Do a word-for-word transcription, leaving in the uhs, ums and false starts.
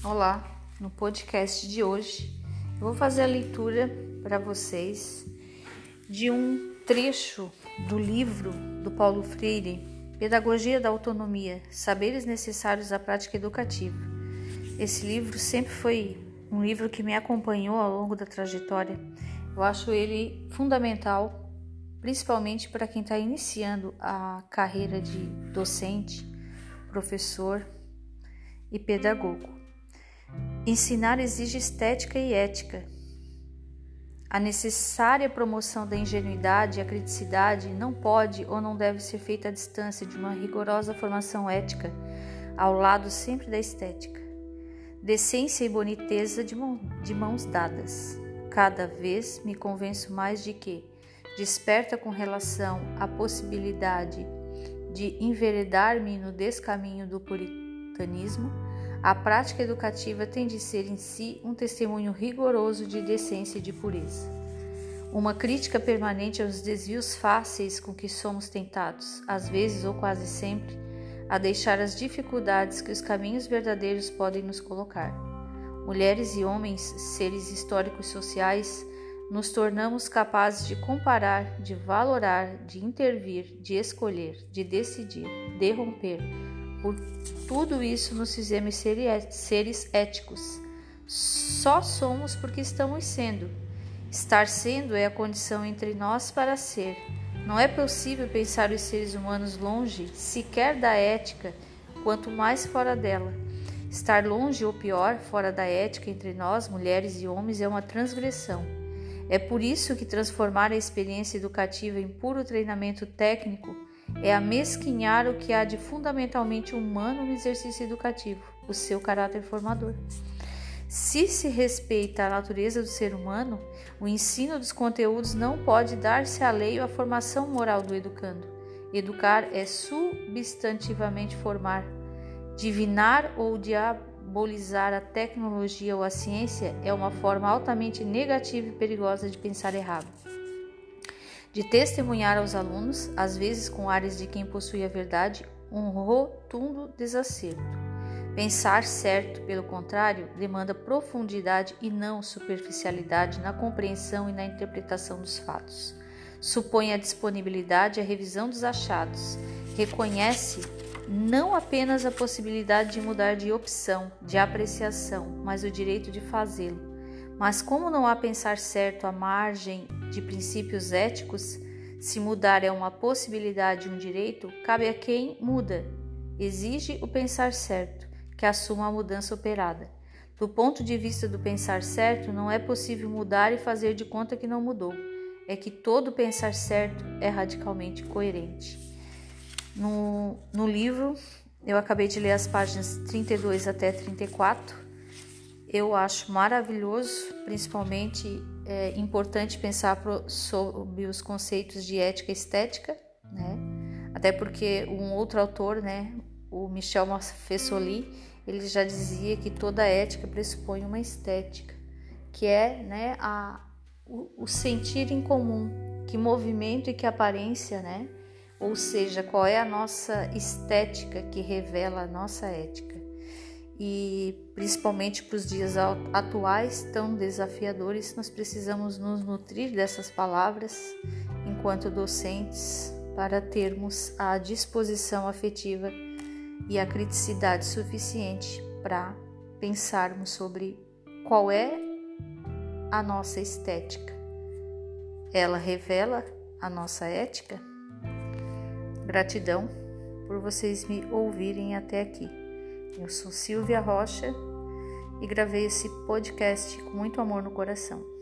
Olá, no podcast de hoje eu vou fazer a leitura para vocês de um trecho do livro do Paulo Freire, Pedagogia da Autonomia, Saberes Necessários à Prática Educativa. Esse livro sempre foi um livro que me acompanhou ao longo da trajetória. Eu acho ele fundamental, principalmente para quem está iniciando a carreira de docente, professor e pedagogo. Ensinar exige estética e ética. A necessária promoção da ingenuidade e a criticidade não pode ou não deve ser feita à distância de uma rigorosa formação ética, ao lado sempre da estética. Decência e boniteza de, mão, de mãos dadas. Cada vez me convenço mais de que, desperta com relação à possibilidade de enveredar-me no descaminho do puritanismo, a prática educativa tem de ser em si um testemunho rigoroso de decência e de pureza. Uma crítica permanente aos desvios fáceis com que somos tentados, às vezes ou quase sempre, a deixar as dificuldades que os caminhos verdadeiros podem nos colocar. Mulheres e homens, seres históricos sociais, nos tornamos capazes de comparar, de valorar, de intervir, de escolher, de decidir, de romper. Por tudo isso nos fizemos seres éticos. Só somos porque estamos sendo. Estar sendo é a condição entre nós para ser. Não é possível pensar os seres humanos longe, sequer da ética, quanto mais fora dela. Estar longe ou pior, fora da ética entre nós, mulheres e homens, é uma transgressão. É por isso que transformar a experiência educativa em puro treinamento técnico é amesquinhar o que há de fundamentalmente humano no exercício educativo, o seu caráter formador. Se se respeita a natureza do ser humano, o ensino dos conteúdos não pode dar-se alheio à formação moral do educando. Educar é substantivamente formar. Divinar ou diabolizar a tecnologia ou a ciência é uma forma altamente negativa e perigosa de pensar errado. De testemunhar aos alunos, às vezes com ares de quem possui a verdade, um rotundo desacerto. Pensar certo, pelo contrário, demanda profundidade e não superficialidade na compreensão e na interpretação dos fatos. Supõe a disponibilidade e a revisão dos achados. Reconhece não apenas a possibilidade de mudar de opção, de apreciação, mas o direito de fazê-lo. Mas como não há pensar certo à margem de princípios éticos, se mudar é uma possibilidade e um direito, cabe a quem muda. Exige o pensar certo, que assuma a mudança operada. Do ponto de vista do pensar certo, não é possível mudar e fazer de conta que não mudou. É que todo pensar certo é radicalmente coerente. No, no livro, eu acabei de ler as páginas trinta e dois até trinta e quatro. Eu acho maravilhoso, principalmente é importante pensar pro, sobre os conceitos de ética e estética, né? Até porque um outro autor, né, o Michel Maffesoli, ele já dizia que toda ética pressupõe uma estética, que é, né, a, o, o sentir em comum, que movimento e que aparência, né? Ou seja, qual é a nossa estética que revela a nossa ética. E principalmente para os dias atuais tão desafiadores, nós precisamos nos nutrir dessas palavras enquanto docentes para termos a disposição afetiva e a criticidade suficiente para pensarmos sobre qual é a nossa estética. Ela revela a nossa ética? Gratidão por vocês me ouvirem até aqui. Eu sou Silvia Rocha e gravei esse podcast com muito amor no coração.